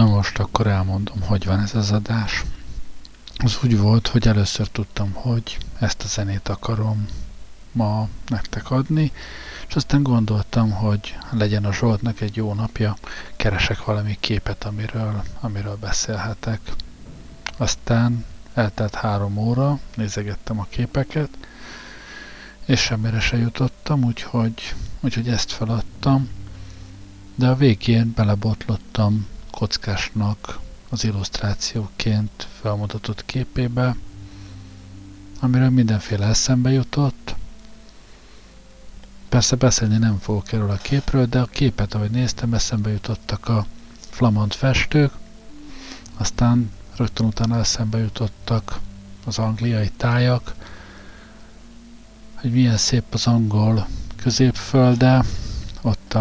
Na most akkor elmondom, hogy van ez az adás. Az úgy volt, hogy először tudtam, hogy ezt a zenét akarom ma nektek adni, és aztán gondoltam, hogy legyen a Zsoltnak egy jó napja, keresek valami képet, amiről beszélhetek. Aztán eltelt 3 óra, nézegettem a képeket, és semmire se jutottam, úgyhogy ezt feladtam, de a végén belebotlottam Kockásnak az illusztrációként felmutatott képébe, amiről mindenféle eszembe jutott. Persze beszélni nem fogok erről a képről, de a képet, ahogy néztem, eszembe jutottak a flamand festők, aztán rögtön utána eszembe jutottak az angliai tájak, hogy milyen szép az angol középfölde, ott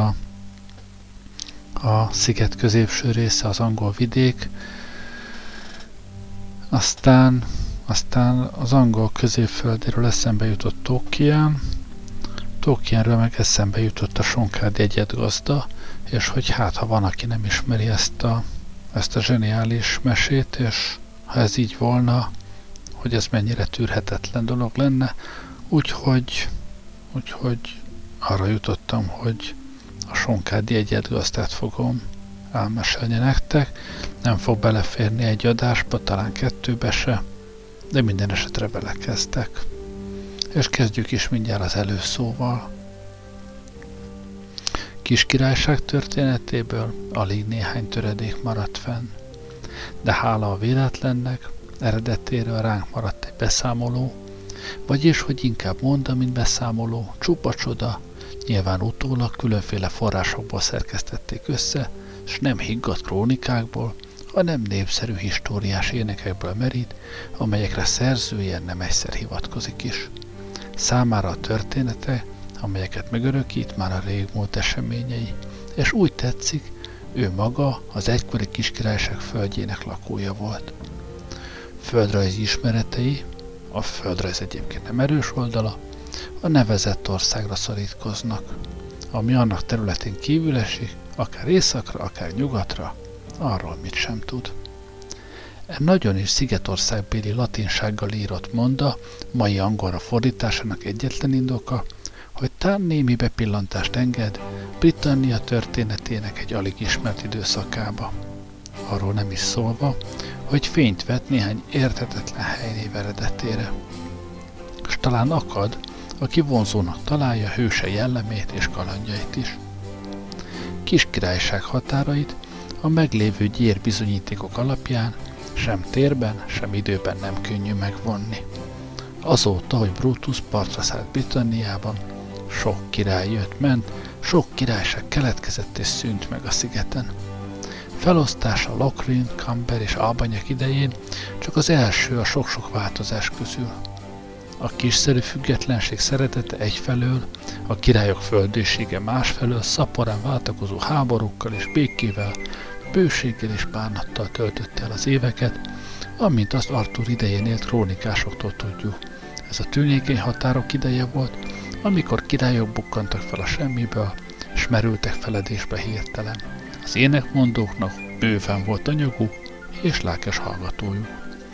a sziget középső része, az angol vidék, aztán az angol középföldéről eszembe jutott Tolkienről meg eszembe jutott a Sonkádi Egyedgazda, és hogy hát, ha van, aki nem ismeri ezt a zseniális mesét, és ha ez így volna, hogy ez mennyire tűrhetetlen dolog lenne, úgyhogy arra jutottam, hogy a Sonkádi Egyedgazdát fogom elmesélni nektek. Nem fog beleférni egy adásba, talán 2-be se, de minden esetre belekezdek. És kezdjük is mindjárt az előszóval. Kiskirályság történetéből alig néhány töredék maradt fenn, de hála a véletlennek eredetéről ránk maradt egy beszámoló, vagyis, hogy inkább monda, mint beszámoló, csupa csoda, nyilván utólag különféle forrásokból szerkesztették össze, s nem higgadt krónikákból, hanem népszerű históriás énekekből merít, amelyekre szerzője nem egyszer hivatkozik is. Számára a története, amelyeket megörökít, már a régmúlt eseményei, és úgy tetszik, ő maga az egykori Kiskirályság földjének lakója volt. Földrajzi ismeretei, a földrajz egyébként nem erős oldala, a nevezett országra szorítkoznak, ami annak területén kívül esik, akár északra, akár nyugatra, arról mit sem tud. Nagyon is szigetországbéli latinsággal írott monda, mai angolra fordításának egyetlen indoka, hogy tán némi bepillantást enged Britannia történetének egy alig ismert időszakába. Arról nem is szólva, hogy fényt vet néhány érthetetlen helynév eredetére. S talán akad, aki vonzónak találja hőse jellemét és kalandjait is. Kiskirályság határait a meglévő gyérbizonyítékok alapján sem térben, sem időben nem könnyű megvonni. Azóta, hogy Brutus partra szállt Britanniában, sok király jött-ment, sok királyság keletkezett és szűnt meg a szigeten. Felosztása Locrine, Camber és Albanyek idején csak az első a sok-sok változás közül. A kiszerű függetlenség szeretete egyfelől, a királyok földősége másfelől szaporán váltakozó háborúkkal és békével, bőséggel és bánattal töltötte el az éveket, amint azt Arthur idején élt krónikásoktól tudjuk. Ez a tűnékeny határok ideje volt, amikor királyok bukkantak fel a semmiből, s merültek feledésbe hirtelen. Az énekmondóknak bőven volt anyaguk és lelkes hallgatójuk.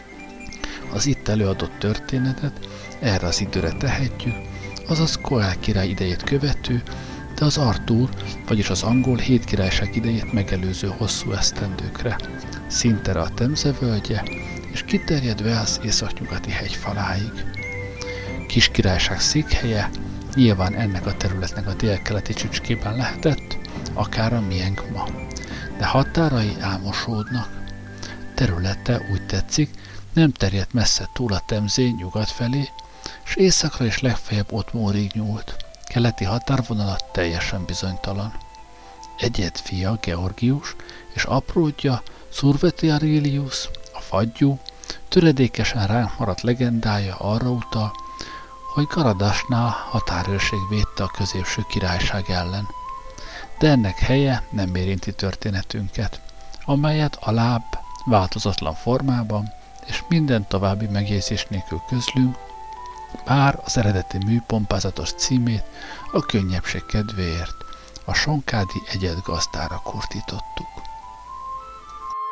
Az itt előadott történetet erre az időre tehetjük, azaz Coel király idejét követő, de az Arthur, vagyis az angol 7 királyság idejét megelőző hosszú esztendőkre, szintere a Temze völgye, és kiterjed Wales északnyugati hegyfaláig. Kiskirályság székhelye nyilván ennek a területnek a délkeleti csücskében lehetett, akár a miénk ma, de határai elmosódnak. Területe úgy tetszik, nem terjedt messze túl a Temzén nyugat felé, s északra is legfeljebb Ottmórig nyúlt. Keleti határvonalat teljesen bizonytalan. Egyed fia Georgius és apródja Surveti Aurelius, a fagyú, töredékesen ránk maradt legendája arra utal, hogy Garadasnál határőrség védte a középső királyság ellen. De ennek helye nem érinti történetünket, amelyet alább változatlan formában és minden további megjegyzés nélkül közlünk, bár az eredeti mű pompázatos címét a könnyebbség kedvéért a Sonkádi Egyedgazdára kurtítottuk.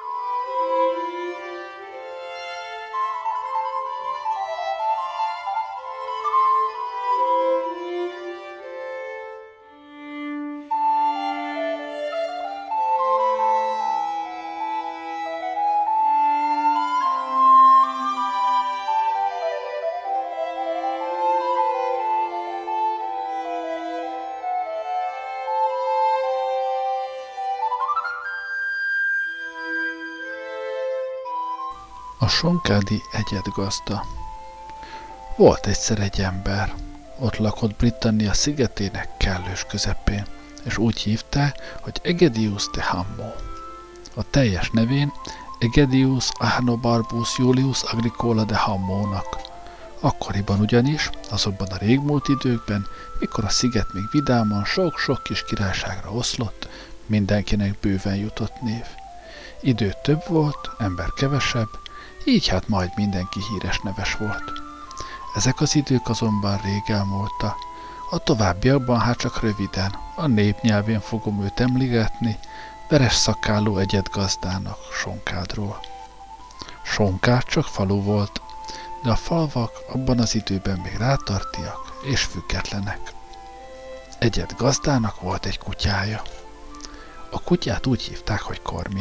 A sonkádi egyedgazda. Volt egyszer egy ember. Ott lakott Britannia szigetének kellős közepén, és úgy hívták, hogy Aegidius de Hammo. A teljes nevén Aegidius Ahenobarbus Julius Agricola de Hammónak. Akkoriban ugyanis, azokban a régmúlt időkben, mikor a sziget még vidáman sok-sok kis királyságra oszlott, mindenkinek bőven jutott név. Idő több volt, ember kevesebb, így hát majd mindenki híres neves volt. Ezek az idők azonban rég elmúltak. A továbbiakban hát csak röviden, a nép nyelvén fogom őt emlegetni, veres szakálú egyedgazdának, Sonkádról. Sonkád csak falu volt, de a falvak abban az időben még rátartiak és függetlenek. Egyedgazdának volt egy kutyája. A kutyát úgy hívták, hogy Kormi.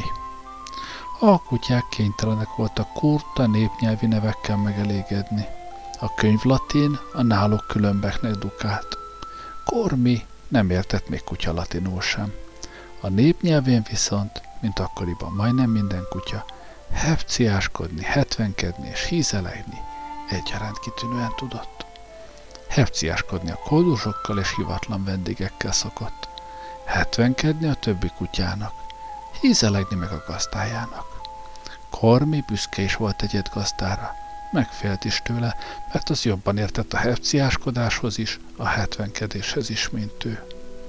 A kutyák kénytelenek voltak kurta népnyelvi nevekkel megelégedni. A könyv latin a náluk különbeknek dukált. Kormi nem értett még kutya latinul sem. A népnyelvén viszont, mint akkoriban majdnem minden kutya, hepciáskodni, hetvenkedni és hízelegni egyaránt kitűnően tudott. Hepciáskodni a koldusokkal és hivatlan vendégekkel szokott. Hetvenkedni a többi kutyának, hízelegni meg a gazdájának. Kormi büszke is volt egyedgazdára, megfélt is tőle, mert az jobban értett a hepciáskodáshoz is, a hetvenkedéshez is, mint ő.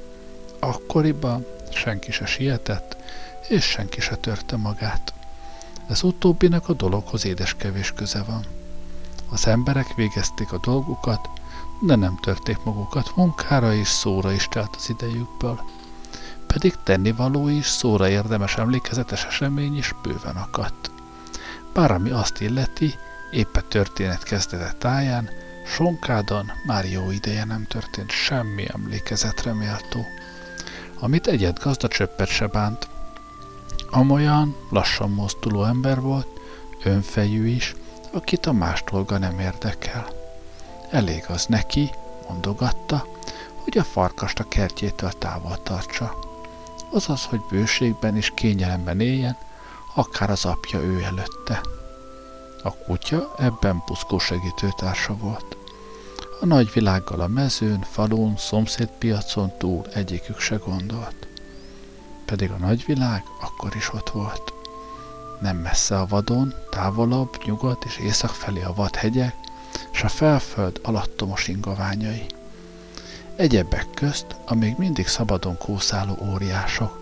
Akkoriban senki se sietett, és senki se törte magát. Ez utóbbinak a dologhoz édeskevés köze van. Az emberek végezték a dolgukat, de nem törték magukat, munkára és szóra is telt az idejükből. Pedig tennivaló is, szóra érdemes emlékezetes esemény is bőven akadt. Bár ami azt illeti, épp a történet kezdete táján, Sonkádon már jó ideje nem történt semmi emlékezetre méltó, amit egyedgazda csöppet se bánt. Amolyan lassan mozduló ember volt, önfejű is, akit a más dolga nem érdekel. Elég az neki, mondogatta, hogy a farkast a kertjétől távol tartsa. Azaz, hogy bőségben és kényelemben éljen, akár az apja ő előtte. A kutya ebben buszkó segítőtársa volt. A nagy világgal a mezőn, falun, szomszédpiacon túl egyikük se gondolt. Pedig a nagyvilág akkor is ott volt. Nem messze a vadon, távolabb, nyugat és észak felé a vadhegyek, s a felföld alattomos ingoványai. Egyebek közt a még mindig szabadon kószáló óriások.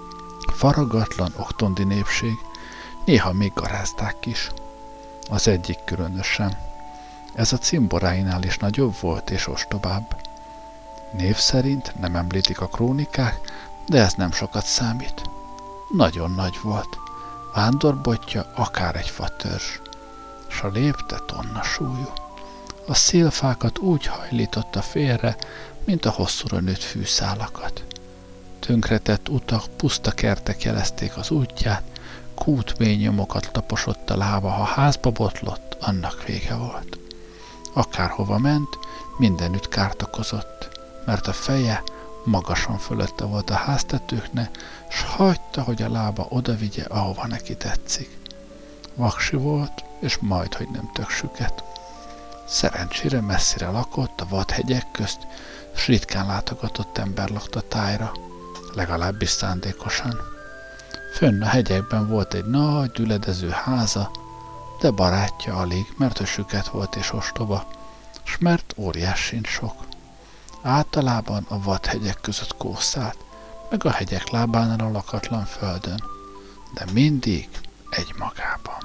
Faragatlan oktondi népség, néha még garázdák is. Az egyik különösen. Ez a cimboráinál is nagyobb volt és ostobább. Név szerint nem említik a krónikák, de ez nem sokat számít. Nagyon nagy volt. Vándorbotja akár egy fatörzs, s a lépte tonna súlyú. A szélfákat úgy hajlította félre, mint a hosszúra nőtt fűszálakat. Tönkretett utak, puszta kertek jelezték az útját, kútmély nyomokat taposott a lába, ha házba botlott, annak vége volt. Akárhova ment, mindenütt kárt okozott, mert a feje magasan fölötte volt a háztetőknek, s hagyta, hogy a lába odavigye, ahova neki tetszik. Vaksi volt, és majdhogy nem tök süket. Szerencsére messzire lakott a vadhegyek közt, s ritkán látogatott ember lakta tájra, legalábbis szándékosan. Fönn a hegyekben volt egy nagy, üledező háza, de barátja alig, mert ő süket volt és ostoba, s mert óriás sincs sok. Általában a vadhegyek között kószált, meg a hegyek lábánál a lakatlan földön, de mindig egymagában.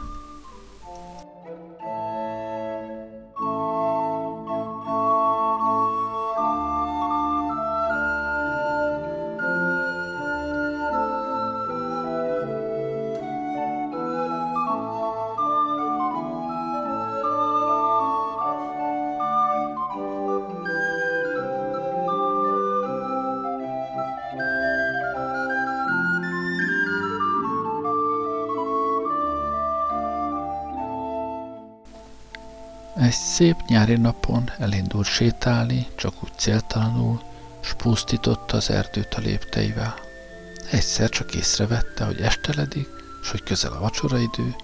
Egy szép nyári napon elindult sétálni, csak úgy céltalanul, s pusztította az erdőt a lépteivel. Egyszer csak észrevette, hogy esteledik, s hogy közel a vacsoraidő,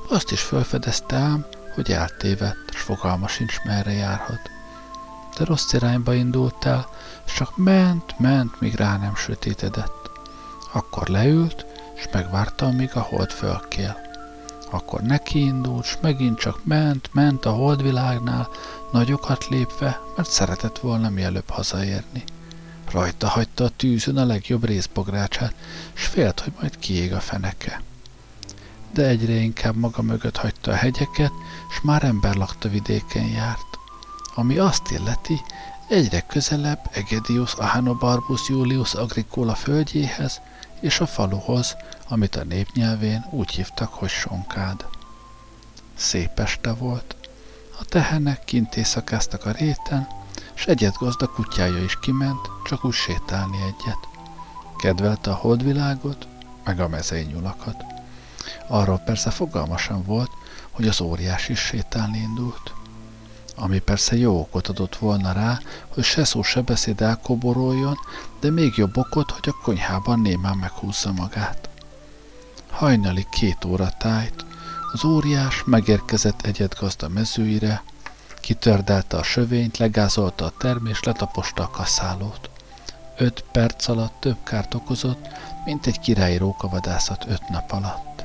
Azt is felfedezte ám, hogy eltévedt, s fogalma sincs, merre járhat. De rossz irányba indult el, s csak ment, míg rá nem sötétedett. Akkor leült, s megvárta, amíg a hold fölkél. Akkor nekiindult, s megint csak ment a holdvilágnál, nagyokat lépve, mert szeretett volna mielőbb hazaérni. Rajta hagyta a tűzön a legjobb részbográcsát, s félt, hogy majd kiég a feneke. De egyre inkább maga mögött hagyta a hegyeket, s már emberlakta vidéken járt. Ami azt illeti, egyre közelebb Egedius Ahenobarbus Julius Agricola földjéhez és a faluhoz, amit a népnyelvén úgy hívtak, hogy Sonkád. Szép este volt. A tehenek kint éjszakáztak a réten, s egyedgazda kutyája is kiment, csak úgy sétálni egyet. Kedvelte a holdvilágot, meg a mezénynyulakat. Arról persze fogalma sem volt, hogy az óriás is sétálni indult. Ami persze jó okot adott volna rá, hogy se szó se beszéd elkoboroljon, de még jobb okot, hogy a konyhában némán meghúzza magát. Hajnali 2 óra tájt, az óriás megérkezett egyedgazda mezőire, kitördelte a sövényt, legázolta a termést, letaposta a kaszálót. 5 perc alatt több kárt okozott, mint egy királyi rókavadászat 5 nap alatt.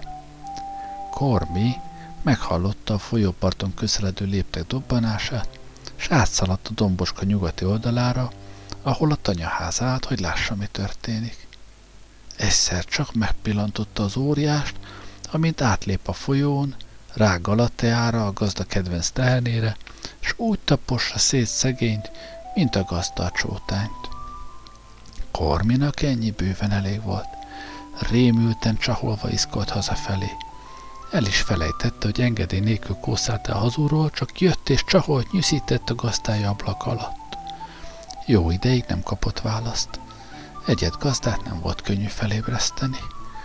Kormi meghallotta a folyóparton közeledő léptek dobbanását, s átszaladt a domboska nyugati oldalára, ahol a tanyaház állt, hogy lássa, mi történik. Egyszer csak megpillantotta az óriást, amint átlép a folyón, rá Galateára, a gazda kedvenc tehenére, s úgy tapossa szét szegényt, mint a gazda a csótányt. Korminak ennyi bőven elég volt. Rémülten csaholva iszkolt hazafelé. El is felejtette, hogy engedély nélkül kószált el hazulról, csak jött és csaholt, nyűszített a gazdája ablak alatt. Jó ideig nem kapott választ. Egyedgazdát nem volt könnyű felébreszteni.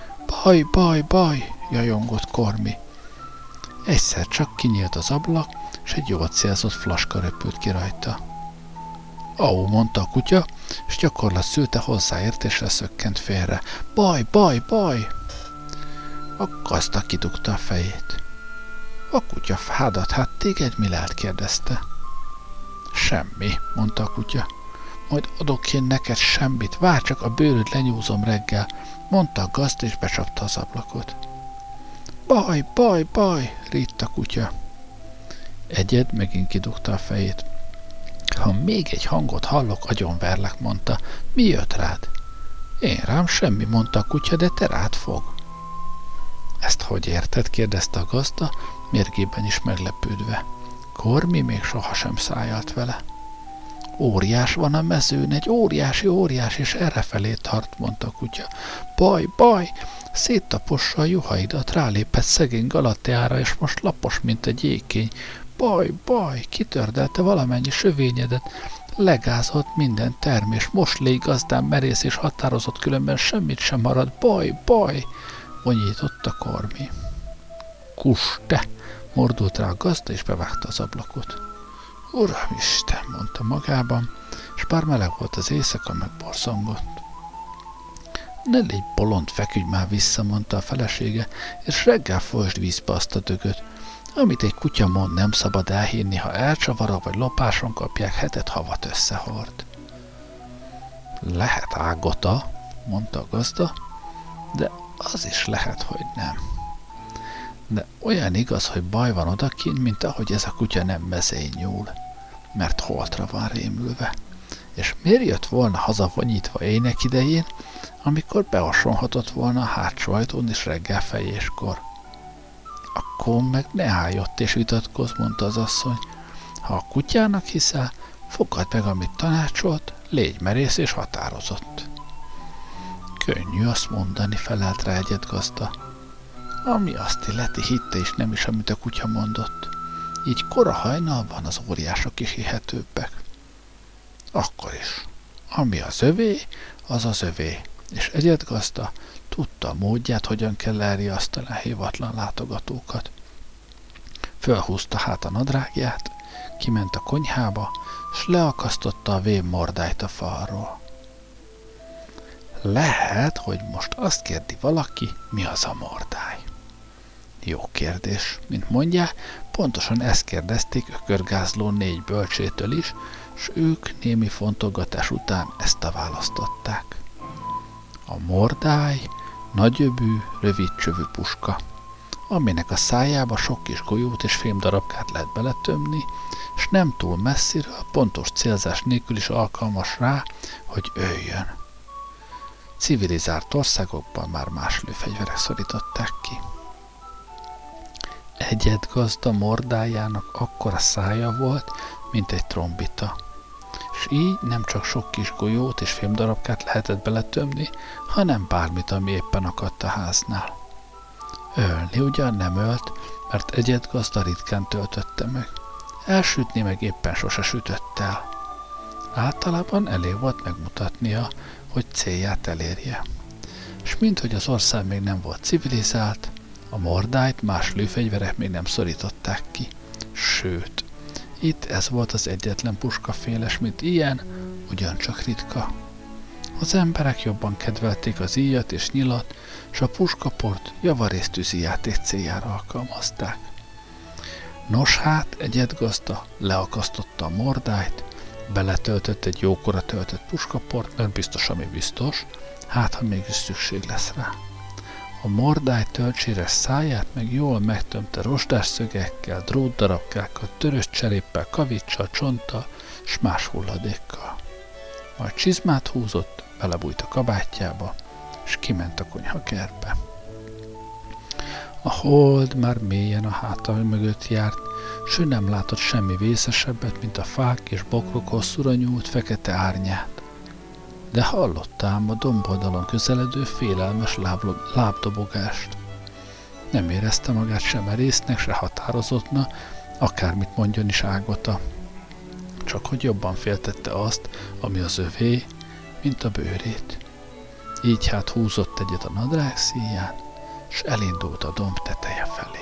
Baj, jajongott Kormi. Egyszer csak kinyílt az ablak, s egy jól célzott flaska röpült ki rajta. Au, mondta a kutya, s gyakorlat szülte hozzáértésre szökkent félre. Baj! A gazda kidugta a fejét. A kutya hádat, hát téged mi lehet? Kérdezte. Semmi, mondta a kutya. Majd adok én neked semmit, várj csak, a bőröd lenyúzom reggel, mondta a gazda, és becsapta az ablakot. Baj, riadt a kutya. Egyed megint kidugta a fejét. Ha még egy hangot hallok, agyonverlek, mondta. Mi jött rád? Én rám semmi, mondta a kutya, de te rád fog. Ezt hogy érted? Kérdezte a gazda, mérgében is meglepődve. Kormi még sohasem szájalt vele. Óriás van a mezőn, egy óriás, és errefelé tart, mondta a kutya. Baj, széttapossa a juhaidat, rálépett szegény Galateára, és most lapos, mint egy jékény. Baj, kitördelte valamennyi sövényedet, legázolt minden termés, most légy gazdán merész és határozott, különben semmit sem marad. Baj, vonyította Kormi. Kus, te! Mordult rá a gazda, és bevágta az ablakot. Uramisten, mondta magában, s bár meleg volt az éjszaka, megborzongott. Ne légy bolond, feküdj már vissza, mondta a felesége, és reggel folyosd vízbe azt a dögöt. Amit egy kutya mond, nem szabad elhinni, ha elcsavarog vagy lopáson kapják, hetet havat összehord. Lehet Ágota, mondta a gazda, de az is lehet, hogy nem. De olyan igaz, hogy baj van odakint, mint ahogy ez a kutya nem mezén nyúl, mert holtra van rémülve. És miért jött volna haza vonyítva ének idején, amikor beosonhatott volna a hátsó ajtón is reggel fejéskor? Akkor meg ne állj ott és vitatkozz, mondta az asszony. Ha a kutyának hiszel, fogadd meg, amit tanácsolt, légy merész és határozott. Könnyű azt mondani, felelt rá egyedgazda. Ami azt illeti, hitte is nem is, amit a kutya mondott. Így kora hajnalban az óriások is hihetőbbek. Akkor is. Ami az övé, az az övé. És egyedgazda tudta a módját, hogyan kell elriasztani a hívatlan látogatókat. Fölhúzta hát a nadrágját, kiment a konyhába, s leakasztotta a vén mordályt a falról. Lehet, hogy most azt kérdi valaki, mi az a mordály. Jó kérdés. Mint mondják, pontosan ezt kérdezték ökörgázló 4 bölcsétől is, s ők némi fontolgatás után ezt a választották. A mordály nagyöbű, rövidcsövű puska, aminek a szájába sok kis golyót és fémdarabkát lehet beletömni, és nem túl messziről, pontos célzás nélkül is alkalmas rá, hogy öljön. Civilizált országokban már más lőfegyverek szorították ki. Egyedgazda mordájának akkora szája volt, mint egy trombita, és így nem csak sok kis golyót és fémdarabkát lehetett beletömni, hanem bármit, ami éppen akadt a háznál. Ölni ugyan nem ölt, mert egyedgazda ritkán töltötte meg. Elsütni meg éppen sose sütött el. Általában elég volt megmutatnia, hogy célját elérje. És minthogy az ország még nem volt civilizált, a mordályt más lőfegyverek még nem szorították ki. Sőt, itt ez volt az egyetlen puskaféles, mint ilyen, ugyancsak ritka. Az emberek jobban kedvelték az íjat és nyilat, s a puskaport javarészt tűzijáték céljára alkalmazták. Nos hát, egyedgazda leakasztotta a mordályt, beletöltött egy jókora töltött puskaport, mert biztos, ami biztos, hát ha mégis szükség lesz rá. A mordály tölcséres száját meg jól megtömte rozsdás szögekkel, drótdarabkákkal, törös cseréppel, kavicsal, csonttal, s más hulladékkal. Majd csizmát húzott, belebújt a kabátjába, és kiment a konyhakertbe. A hold már mélyen a háta mögött járt, s ő nem látott semmi vészesebbet, mint a fák és bokrok hosszúra nyúlt fekete árnyát. De hallotta ám a domboldalon közeledő félelmes lábdobogást. Nem érezte magát sem merésznek, se határozottnak, akármit mondjon is Ágota. Csak hogy jobban féltette azt, ami az övé, mint a bőrét. Így hát húzott egyet a nadrág szíján, s elindult a domb teteje felé.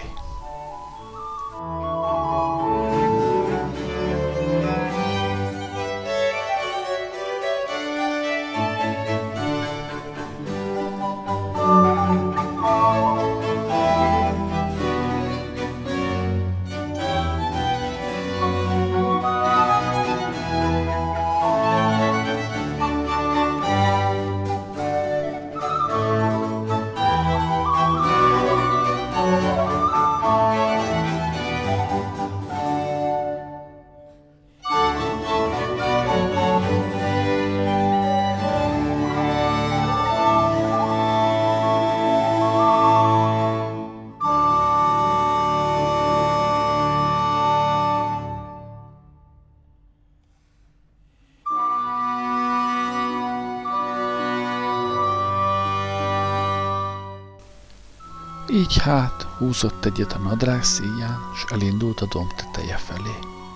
Így hát húzott egyet a nadrág szíján, s elindult a domb teteje felé.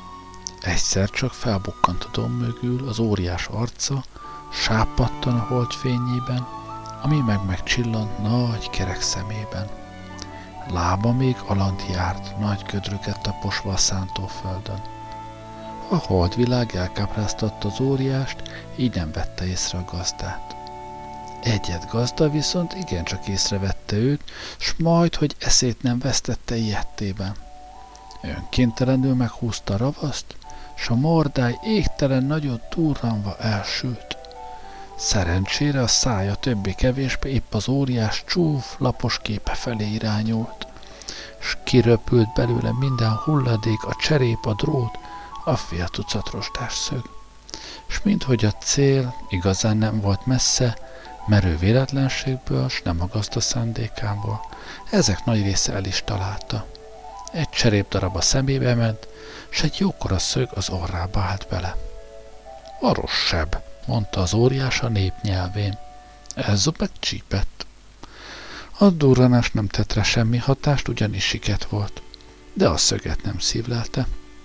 Egyszer csak felbukkant a domb mögül az óriás arca, sápadtan a hold fényében, ami meg megcsillant nagy kerek szemében. Lába még alant járt, nagy gödröket taposva a szántóföldön. A holdvilág elkápráztatta az óriást, így nem vette észre a gazdát. Egyedgazda viszont igencsak észrevette őt, s majd, hogy eszét nem vesztette ijedtében. Önkéntelenül meghúzta a ravaszt, s a mordály égtelen nagyot durranva elsült. Szerencsére a szája többé-kevésbé épp az óriás csúf, lapos képe felé irányult, s kiröpült belőle minden hulladék, a cserép, a drót, a fél tucat rozsdás szög. S minthogy a cél igazán nem volt messze, merő véletlenségből, s nem a gazda szándékából, ezek nagy része el is találta. Egy cserépdarab a szemébe ment, s egy jókora szög az orrába állt bele. A rossz seb, mondta az óriás a nép nyelvén. Ez megcsípett. A durranás nem tett rá semmi hatást, ugyanis siket volt, de a szöget nem szívlelte.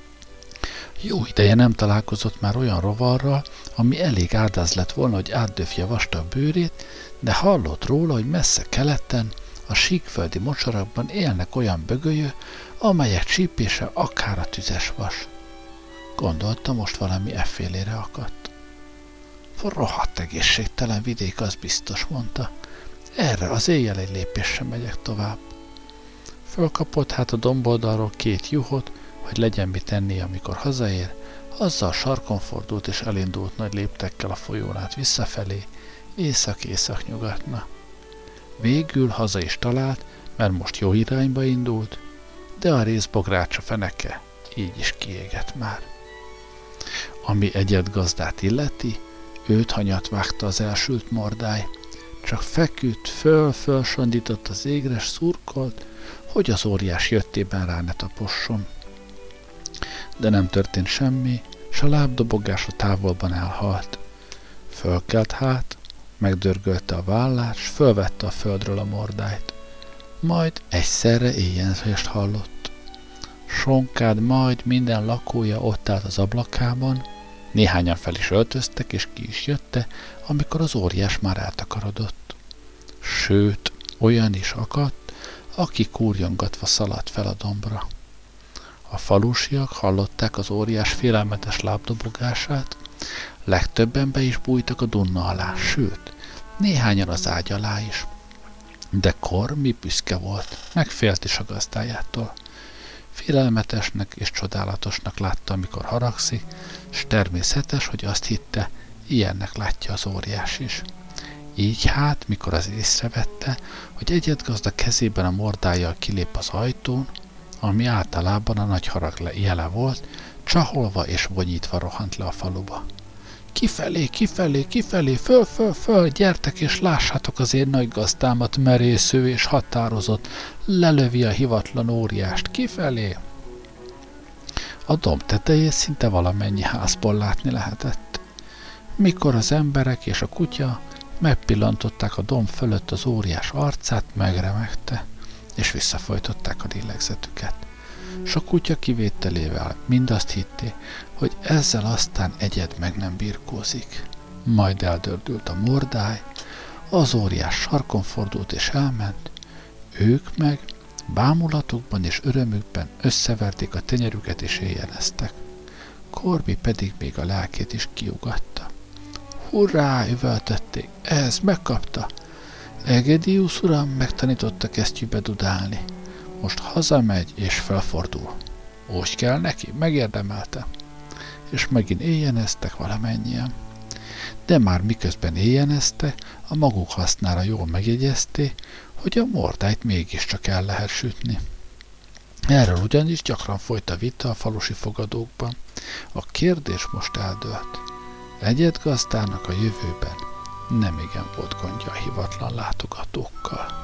Jó ideje nem találkozott már olyan rovarral, ami elég áldáz lett volna, hogy átdöfje vastag bőrét, de hallott róla, hogy messze keleten, a síkföldi mocsarakban élnek olyan bögölyök, amelyek csípése akár a tüzes vas. Gondolta, most valami effélére akadt. Rohadt egészségtelen vidék, az biztos, mondta. Erre az éjjel egy lépéssel megyek tovább. Fölkapott hát a domboldalról 2 juhot, hogy legyen mit tenni, amikor hazaér, azzal sarkon fordult és elindult nagy léptekkel a folyón át visszafelé, észak-észak-nyugatna. Végül haza is talált, mert most jó irányba indult, de a rézbográcsa feneke így is kiégett már. Ami egyedgazdát illeti, őt hanyat vágta az elsült mordály, csak feküdt, fölsandított az égre, s szurkolt, hogy az óriás jöttében rá ne taposson. De nem történt semmi, s a lábdobogás a távolban elhalt. Fölkelt hát, megdörgölte a vállát, s fölvette a földről a mordályt. Majd egyszerre éjjelzést hallott. Sonkád majd minden lakója ott állt az ablakában, néhányan fel is öltöztek, és ki is jötte, amikor az óriás már eltakarodott. Sőt, olyan is akadt, aki kúrjongatva szaladt fel a dombra. A falusiak hallották az óriás félelmetes lábdobogását, legtöbben be is bújtak a Dunna alá, sőt, néhányan az ágy alá is. De Kormi büszke volt, megfélt is a gazdájától. Félelmetesnek és csodálatosnak látta, amikor haragszik, s természetes, hogy azt hitte, ilyennek látja az óriás is. Így hát, mikor az észrevette, hogy egyedgazda kezében a mordályjal kilép az ajtón, ami általában a nagy harag jele volt, csaholva és vonyítva rohant le a faluba. Kifelé, kifelé, kifelé, föl, gyertek és lássátok az én nagy gazdámat, merésző és határozott, lelövi a hivatlan óriást, kifelé! A domb tetejét szinte valamennyi házból látni lehetett. Mikor az emberek és a kutya megpillantották a domb fölött az óriás arcát, megremegte, és visszafolytották a lélegzetüket. S a kutya kivételével mind azt hitté, hogy ezzel aztán egyed meg nem birkózik. Majd eldördült a mordály, az óriás sarkon fordult és elment, ők meg bámulatukban és örömükben összeverték a tenyerüket és éjjeleztek. Korbi pedig még a lelkét is kiugatta. Hurrá, üvöltötték, ez megkapta! Egedius uram megtanította kesztyűbe dudálni. Most hazamegy és felfordul. Úgy kell neki, megérdemelte. És megint éjjeneztek valamennyien. De már miközben éjjeneztek, a maguk hasznára jól megjegyezték, hogy a mordályt mégiscsak el lehet sütni. Erről ugyanis gyakran folyt a vita a falusi fogadókban. A kérdés most eldőlt. Egyedgazdának a jövőben nemigen volt gondja a hivatlan látogatókkal.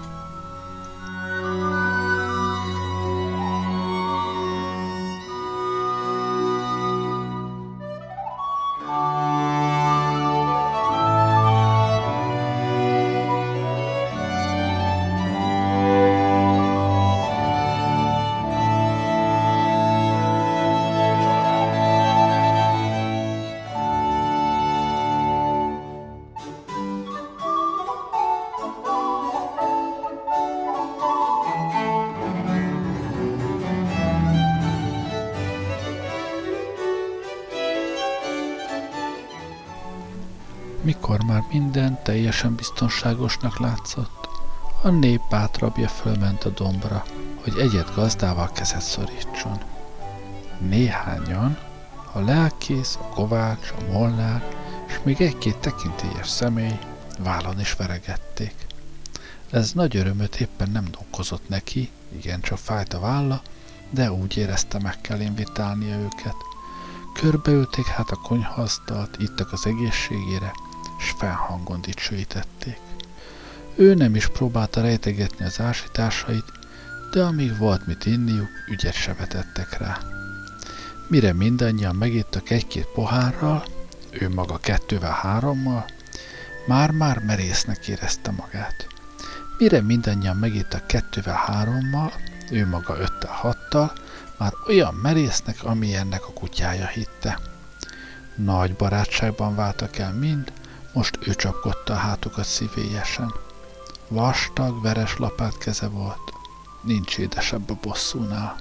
Mikor már minden teljesen biztonságosnak látszott, a nép bátrabbja fölment a dombra, hogy egyedgazdával kezet szorítson. Néhányan, a lelkész, a kovács, a molnár, és még egy-két tekintélyes személy vállon is veregették. Ez nagy örömöt éppen nem okozott neki, igencsak fájt a válla, de úgy érezte, meg kell invitálnia őket. Körbeülték hát a konyhaasztalt, ittak az egészségére, s felhangon dicsőítették. Ő nem is próbálta rejtegetni az ásításait, de amíg volt mit inniuk, ügyet se vetettek rá. Mire mindannyian megittak 1-2 pohárral, ő maga 2-3-mal, már-már merésznek érezte magát. Mire mindannyian megittak 2-3-mal, ő maga 5-6-tal, már olyan merésznek, amilyennek a kutyája hitte. Nagy barátságban váltak el mind, most ő csapkodta a hátukat szívélyesen. Vastag, veres lapát keze volt, nincs édesebb a bosszúnál.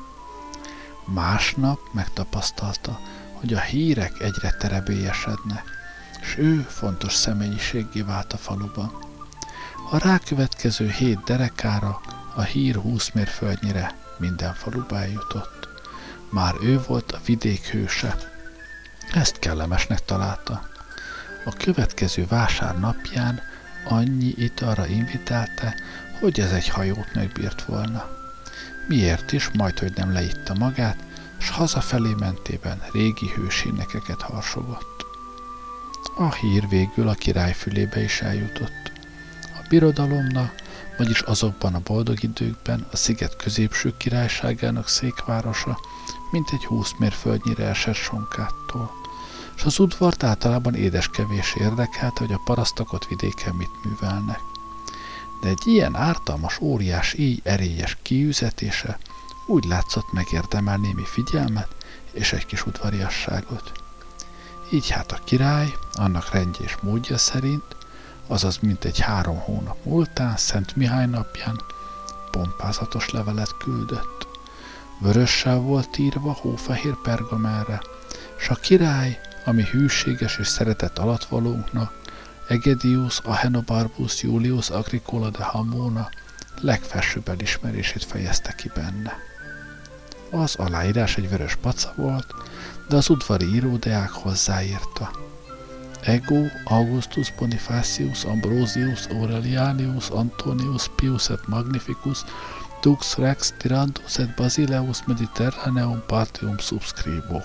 Másnap megtapasztalta, hogy a hírek egyre terebélyesednek, s ő fontos személyiséggé vált a faluban. A rákövetkező 7 derekára a hír 20 mérföldnyire minden falubá jutott. Már ő volt a vidék hőse. Ezt kellemesnek találta. A következő vásár napján annyi italra invitálta, hogy ez egy hajót megbírt volna. Miért is, majdhogy nem leitta magát, s hazafelé mentében régi hősénekeket harsogott. A hír végül a király fülébe is eljutott. A birodalomnak, vagyis azokban a boldog időkben a sziget középső királyságának székvárosa mintegy 20 mérföldnyire esett Sonkától, s az udvart általában édeskevés érdekelte, hogy a parasztok vidéken mit művelnek. De egy ilyen ártalmas, óriás, így erélyes kiüzetése úgy látszott megérdemel némi figyelmet és egy kis udvariasságot. Így hát a király, annak rendje és módja szerint, azaz mintegy 3 hónap múltán, Szent Mihály napján pompázatos levelet küldött. Vörössel volt írva hófehér pergamenre, s a király, ami hűséges és szeretett alatvalónknak, Egedius Ahenobarbus Julius Agricola de Hamona legfelsőbb elismerését fejezte ki benne. Az aláírás egy vörös paca volt, de az udvari íródeák hozzáírta. Ego Augustus Bonifacius Ambrosius Aurelianius Antonius Pius et Magnificus Dux Rex Tyrannus et Basileus Mediterraneum Partium subscribo.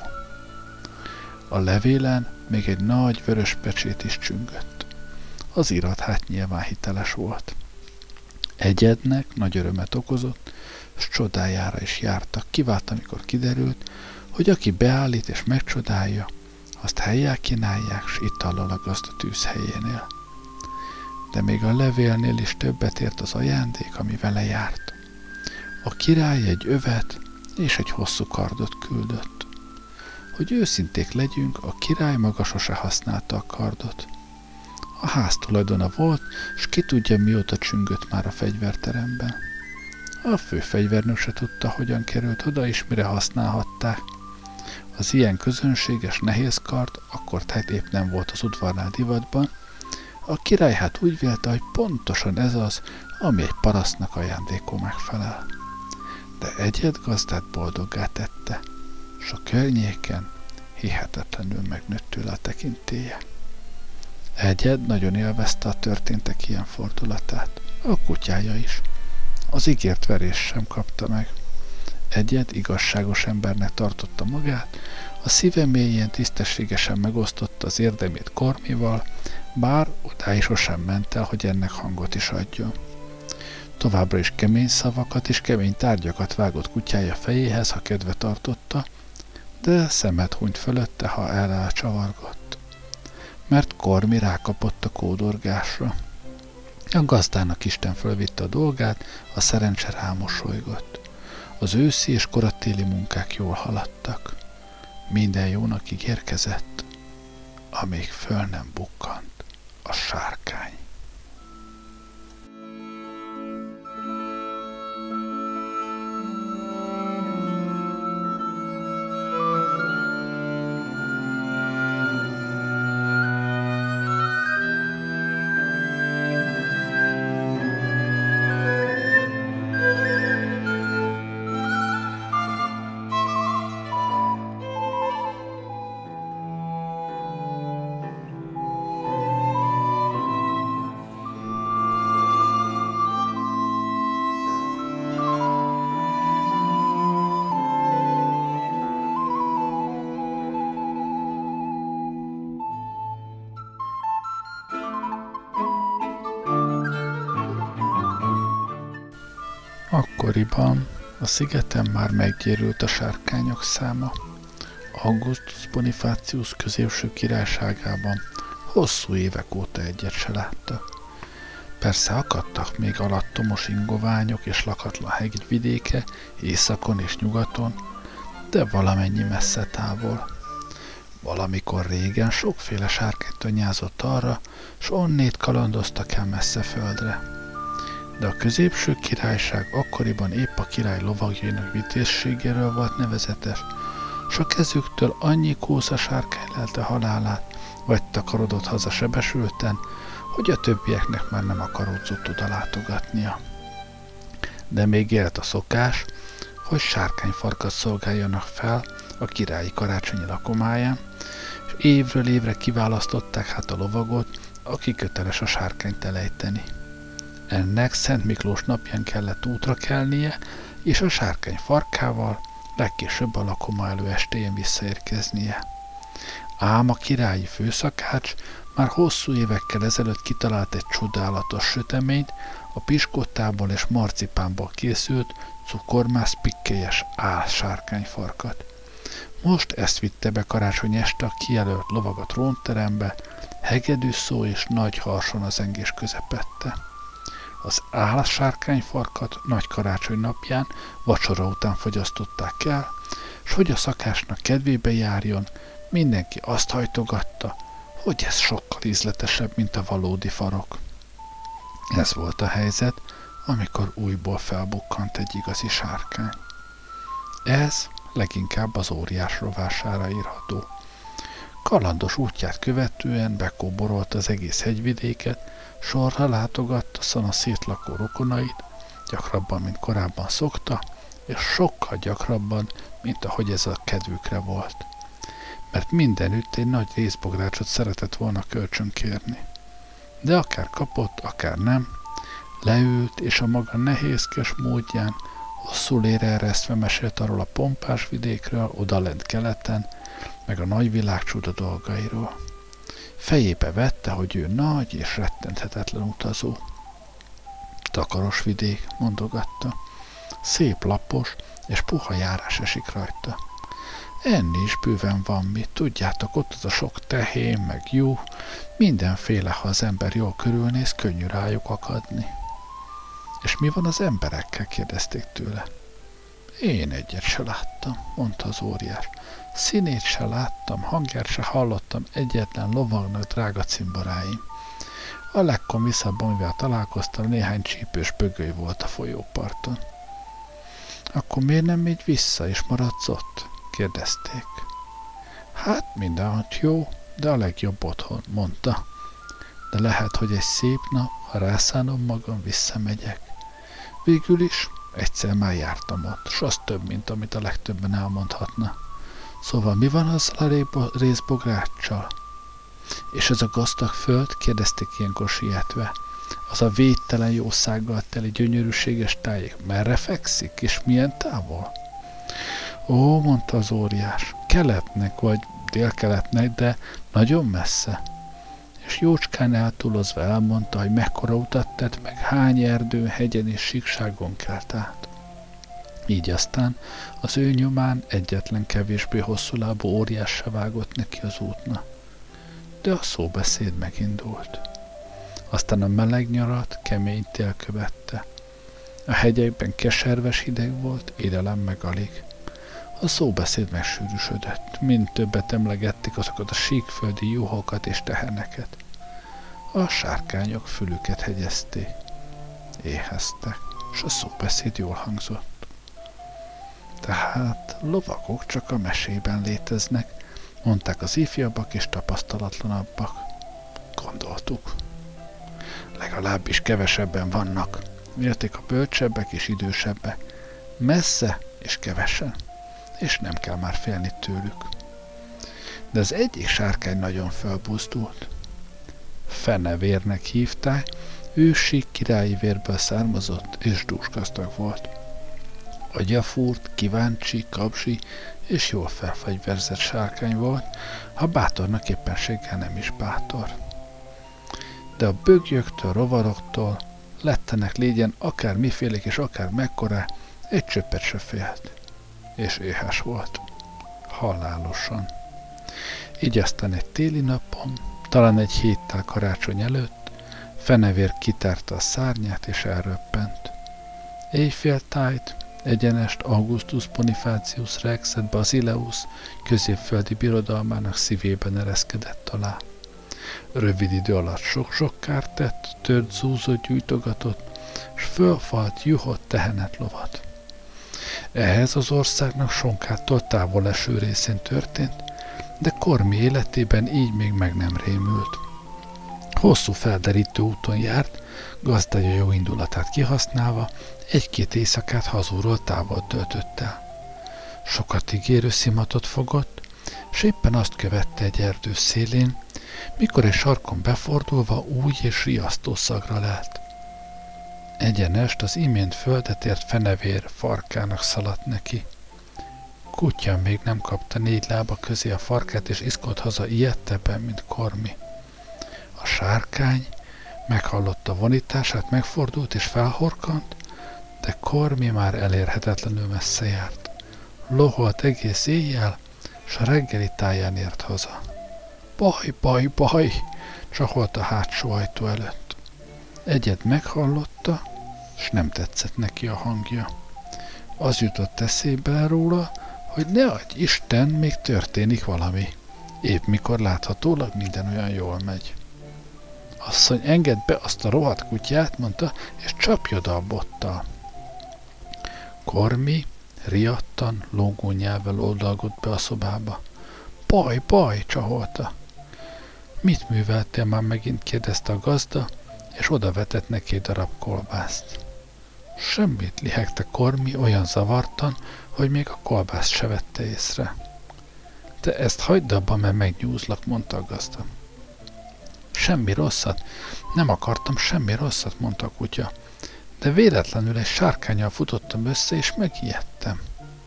A levélen még egy nagy vörös pecsét is csüngött. Az irat hát nyilván hiteles volt. Egyednek nagy örömet okozott, s csodájára is jártak, kivált, amikor kiderült, hogy aki beállít és megcsodálja, azt hellyel kínálják, s itallal agaszt a tűzhelyénél. De még a levélnél is többet ért az ajándék, ami vele járt. A király egy övet és egy hosszú kardot küldött. Hogy őszinték legyünk, a király maga sose használta a kardot. A ház tulajdona volt, s ki tudja, mióta csüngött már a fegyverteremben. A főfegyvernök se tudta, hogyan került oda, és mire használhatták. Az ilyen közönséges, nehéz kard akkor tehát épp nem volt az udvarnál divatban. A király hát úgy vélte, hogy pontosan ez az, ami egy parasztnak ajándékul megfelel. De Egyed gazdát boldoggá tette, s a környéken hihetetlenül megnőtt tőle a tekintélye. Egyed nagyon élvezte a történtek ilyen fordulatát, a kutyája is. Az ígért verést sem kapta meg. Egyed igazságos embernek tartotta magát, a szíve mélyén tisztességesen megosztotta az érdemét Kormival, bár odáig sosem ment el, hogy ennek hangot is adjon. Továbbra is kemény szavakat és kemény tárgyakat vágott kutyája fejéhez, ha kedve tartotta, de szemet hunyt fölötte, ha elcsavargott. Mert Kormi rákapott a kódorgásra. A gazdának Isten fölvitte a dolgát, a szerencse rámosolygott. Az őszi és koratéli munkák jól haladtak. Minden jónak ígérkezett, amíg föl nem bukkant a sárkány. Akkoriban a szigeten már meggyérült a sárkányok száma. Augustus Bonifacius középső királyságában hosszú évek óta egyet se láttak. Persze akadtak még alattomos ingoványok és lakatlan hegyvidéke északon és nyugaton, de valamennyi messze távol. Valamikor régen sokféle sárkány tanyázott arra, s onnét kalandoztak el messze földre. De a középső királyság akkoriban épp a király lovagjainak vitézségéről volt nevezetes, s a kezüktől annyi kósza sárkány lelte halálát, vagy takarodott haza sebesülten, hogy a többieknek már nem akaródzott oda látogatnia. de még élt a szokás, hogy sárkányfarkat szolgáljanak fel a királyi karácsonyi lakomáján, és évről évre kiválasztották hát a lovagot, aki köteles a sárkányt elejteni. Ennek Szent Miklós napján kellett útra kelnie, és a sárkány farkával legkésőbb a lakoma előestéjén visszaérkeznie. Ám a királyi főszakács már hosszú évekkel ezelőtt kitalált egy csodálatos süteményt, a piskottából és marcipánból készült cukormász pikkelyes álsárkányfarkat. Most ezt vitte be karácsony este a kijelölt lovag a trónterembe, hegedű szó és nagy harson az zengés közepette. Az álsárkányfarkat nagy karácsony napján vacsora után fogyasztották el, s hogy a szakásnak kedvébe járjon, mindenki azt hajtogatta, hogy ez sokkal ízletesebb, mint a valódi farok. Ez volt a helyzet, amikor újból felbukkant egy igazi sárkány. Ez leginkább az óriás rovására írható. Kalandos útját követően bekóborolt az egész hegyvidéket, sorra látogatta szanaszét lakó rokonait, gyakrabban, mint korábban szokta, és sokkal gyakrabban, mint ahogy ez a kedvükre volt. Mert mindenütt egy nagy részbográcsot szeretett volna kölcsönkérni. De akár kapott, akár nem, leült, és a maga nehézkes módján hosszú lére eresztve mesélt arról a pompás vidékről, odalent keleten, meg a nagyvilág csuda dolgairól. Fejébe vette, hogy ő nagy és rettenthetetlen utazó. Takaros vidék, mondogatta. Szép lapos és puha járás esik rajta. Enni is bőven van mit, tudjátok, ott az a sok tehén, meg juh, mindenféle, ha az ember jól körülnéz, könnyű rájuk akadni. És mi van az emberekkel, kérdezték tőle. Én egyet se láttam, mondta az óriás. Színét se láttam, hangját se hallottam, egyetlen lovagnak drága cimboráim. A legkomiszább, amivel találkoztam, néhány csípős bögöly volt a folyóparton. Akkor miért nem megy vissza, és maradsz ott? Kérdezték. Hát mindenhogy jó, de a legjobb otthon, mondta. De lehet, hogy egy szép nap, ha rászánom magam, visszamegyek. Végül is egyszer már jártam ott, s az több, mint amit a legtöbben elmondhatna. Szóval mi van azzal a részbográccsal? És ez a gazdag föld? Kérdezték ilyenkor sietve. Az a védtelen jószággal teli gyönyörűséges tájék merre fekszik, és milyen távol? Ó, mondta az óriás, keletnek vagy délkeletnek, de nagyon messze. És jócskán eltúlozva elmondta, hogy mekkora utat tett meg, hány erdőn, hegyen és síkságon kelt át. Így aztán az ő nyomán egyetlen kevésbé hosszúlábú óriás se vágott neki az útna. De a szóbeszéd megindult. Aztán a meleg nyarat kemény tél követte. A hegyekben keserves hideg volt, édelem meg alig. A szóbeszéd megsűrűsödött, mind többet emlegették azokat a síkföldi juhokat és teheneket. A sárkányok fülüket hegyezték, éheztek, s a szóbeszéd jól hangzott. Tehát lovagok csak a mesében léteznek, mondták az ifjabbak és tapasztalatlanabbak. Gondoltuk. Legalábbis kevesebben vannak, vélték a bölcsebbek és idősebbek. Messze és kevesen, és nem kell már félni tőlük. De az egyik sárkány nagyon felbuzdult. Fenevérnek hívták, ő sík királyi vérből származott és dúsgazdag volt. Agyafúrt, kíváncsi, kapzsi és jól felfegyverzett sárkány volt, ha bátornak éppenséggel nem is bátor. De a bögyöktől, rovaroktól, lettenek légyen akár mifélék és akár mekkora, egy csöppet se félt. És éhes volt. Halálosan. Így aztán egy téli napon, talán egy héttel karácsony előtt, fenevér kitárta a szárnyát és elröppent. Éjféltájt, egyenest Augustus Bonifatius Rex et Basileus középföldi birodalmának szívében ereszkedett alá. Rövid idő alatt sok-sok kárt tett, tört zúzót gyújtogatott, s fölfalt juhott tehenet lovat. Ehhez az országnak Sonkától távol eső részén történt, de Kormi életében így még meg nem rémült. Hosszú felderítő úton járt, gazdája jó indulatát kihasználva egy-két éjszakát hazúról távol töltött el. Sokat ígérő szimatot fogott, s éppen azt követte egy erdő szélén, mikor egy sarkon befordulva új és riasztó szagra lelt. Egyenest az imént földet ért fenevér farkának szaladt neki. Kutya még nem kapta 4 lába közé a farkát, és iszkodt haza ijedtebben, mint Kormi. A sárkány meghallotta vonítását, megfordult és felhorkant, de Kormi már elérhetetlenül messze járt. Loholt egész éjjel, s a reggeli táján ért haza. Baj, baj, baj! Csaholt a hátsó ajtó előtt. Egyed meghallotta, s nem tetszett neki a hangja. Az jutott eszébe róla, hogy ne adj Isten, még történik valami. Épp mikor láthatólag minden olyan jól megy. Asszony, engedd be azt a rohadt kutyát, mondta, és csapj oda a bottal. Kormi riadtan, lógó nyelvvel oldalgott be a szobába. Baj, baj, csaholta. Mit műveltél már megint, kérdezte a gazda, és oda vetett neki egy darab kolbászt. Semmit, lihegte Kormi olyan zavartan, hogy még a kolbászt se vette észre. Te ezt hagyd abba, mert megnyúzlak, mondta a gazda. Semmi rosszat, nem akartam semmi rosszat, mondta a kutya, de véletlenül egy sárkánnyal futottam össze, és megijedtem.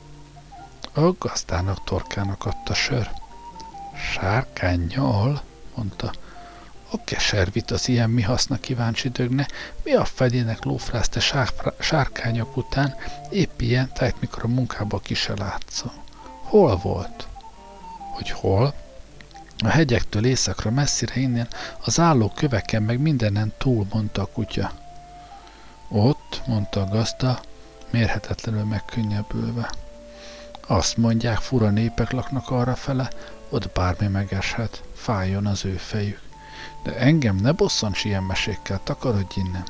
A gazdának torkának adta sör. Sárkánnyal, mondta. A keservit az ilyen mi haszna, kíváncsi dögne, mi a fegyének lófrász te sárkányok után, épp ilyen tájt, mikor a munkába ki se látszol. Hol volt? Hogy hol? A hegyektől északra, messzire innen, az álló köveken meg mindenen túl, mondta a kutya. Ott, mondta a gazda, mérhetetlenül megkönnyebbülve. Azt mondják, fura népek laknak arrafele, ott bármi megeshet, fájjon az ő fejük. De engem ne bosszants ilyen mesékkel, takarodj innen.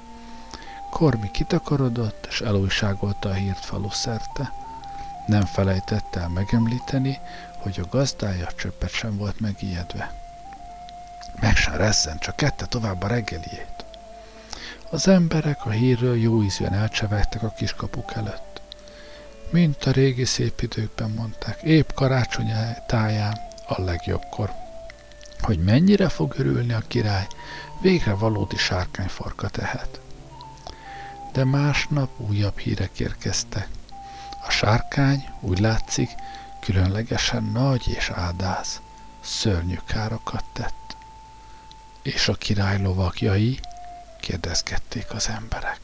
Kormi kitakarodott, és elújságolta a hírt falu szerte. Nem felejtette el megemlíteni, hogy a gazdája csöppet sem volt megijedve. Meg sem rezzent, csak kette tovább a reggeliét. Az emberek a hírről jó ízűen elcsevegtek a kiskapuk előtt. Mint a régi szép időkben mondták, épp karácsony táján a legjobbkor. Hogy mennyire fog örülni a király, végre valódi sárkányfarka tehet. De másnap újabb hírek érkeztek. A sárkány, úgy látszik, különlegesen nagy és áldáz, szörnyű károkat tett. És a király lovagjai? Kérdezgették az emberek.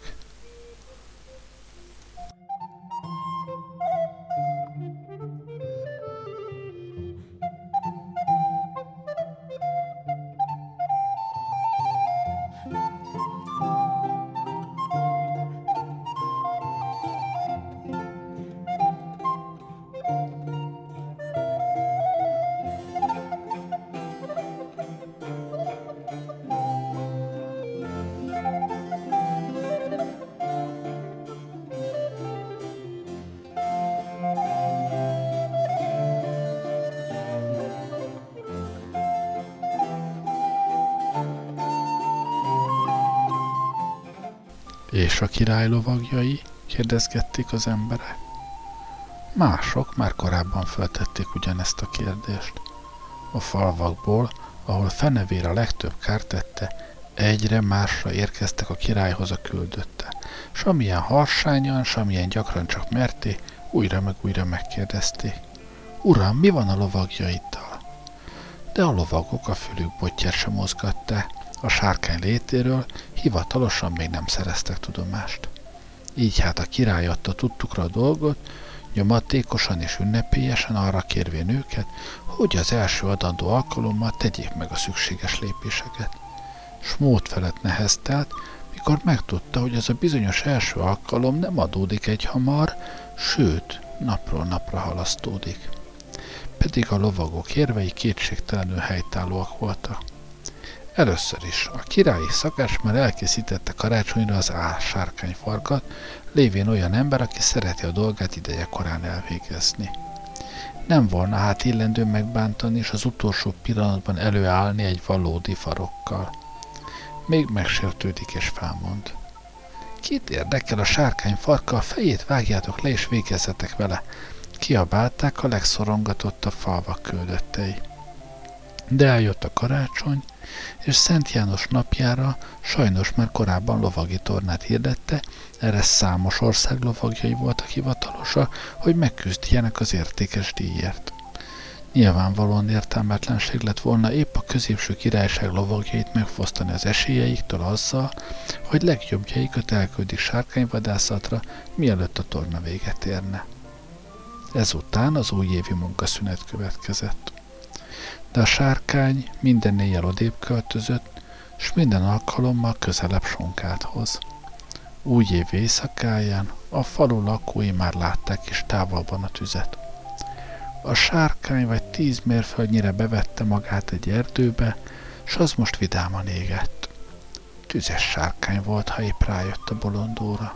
És a király lovagjai? Kérdezgették az emberek. Mások már korábban feltették ugyanezt a kérdést. A falvakból, ahol fenevér a legtöbb kárt tette, egyre másra érkeztek a királyhoz a küldötte. S amilyen harsányan, s amilyen gyakran csak merték, újra meg újra megkérdezték. Uram, mi van a lovagjaiddal? De a lovagok a fülük botját sem mozgatták. A sárkány létéről hivatalosan még nem szereztek tudomást. Így hát a király adta tudtukra a dolgot, nyomatékosan és ünnepélyesen arra kérvén őket, hogy az első adandó alkalommal tegyék meg a szükséges lépéseket. S mód felett neheztelt, mikor megtudta, hogy ez a bizonyos első alkalom nem adódik egyhamar, sőt, napról napra halasztódik. Pedig a lovagok érvei kétségtelenül helytállóak voltak. Először is a királyi szakács már elkészítette karácsonyra az sárkányfarkat, lévén olyan ember, aki szereti a dolgát ideje korán elvégezni. Nem volna hát illendő megbántani és az utolsó pillanatban előállni egy valódi farokkal. még megsértődik és felmond. Kit érdekel a sárkány farka, a fejét vágjátok le és végezzetek vele, kiabálták a legszorongatottabb falvak küldöttei. De eljött a karácsony, és Szent János napjára sajnos már korábban lovagi tornát hirdette, erre számos ország lovagjai voltak hivatalosak, hogy megküzdjenek az értékes díjért. Nyilvánvalóan értelmetlenség lett volna épp a középső királyság lovagjait megfosztani az esélyeiktől azzal, hogy legjobbjaikat elküldik sárkányvadászatra, mielőtt a torna véget érne. Ezután az újévi munkaszünet következett. De a sárkány minden éjjel odébb költözött, s minden alkalommal közelebb sonkáthoz. Újév éjszakáján a falu lakói már látták is távolban a tüzet. A sárkány vagy 10 mérföldnyire bevette magát egy erdőbe, s az most vidáman égett. Tüzes sárkány volt, ha épp rájött a bolondóra.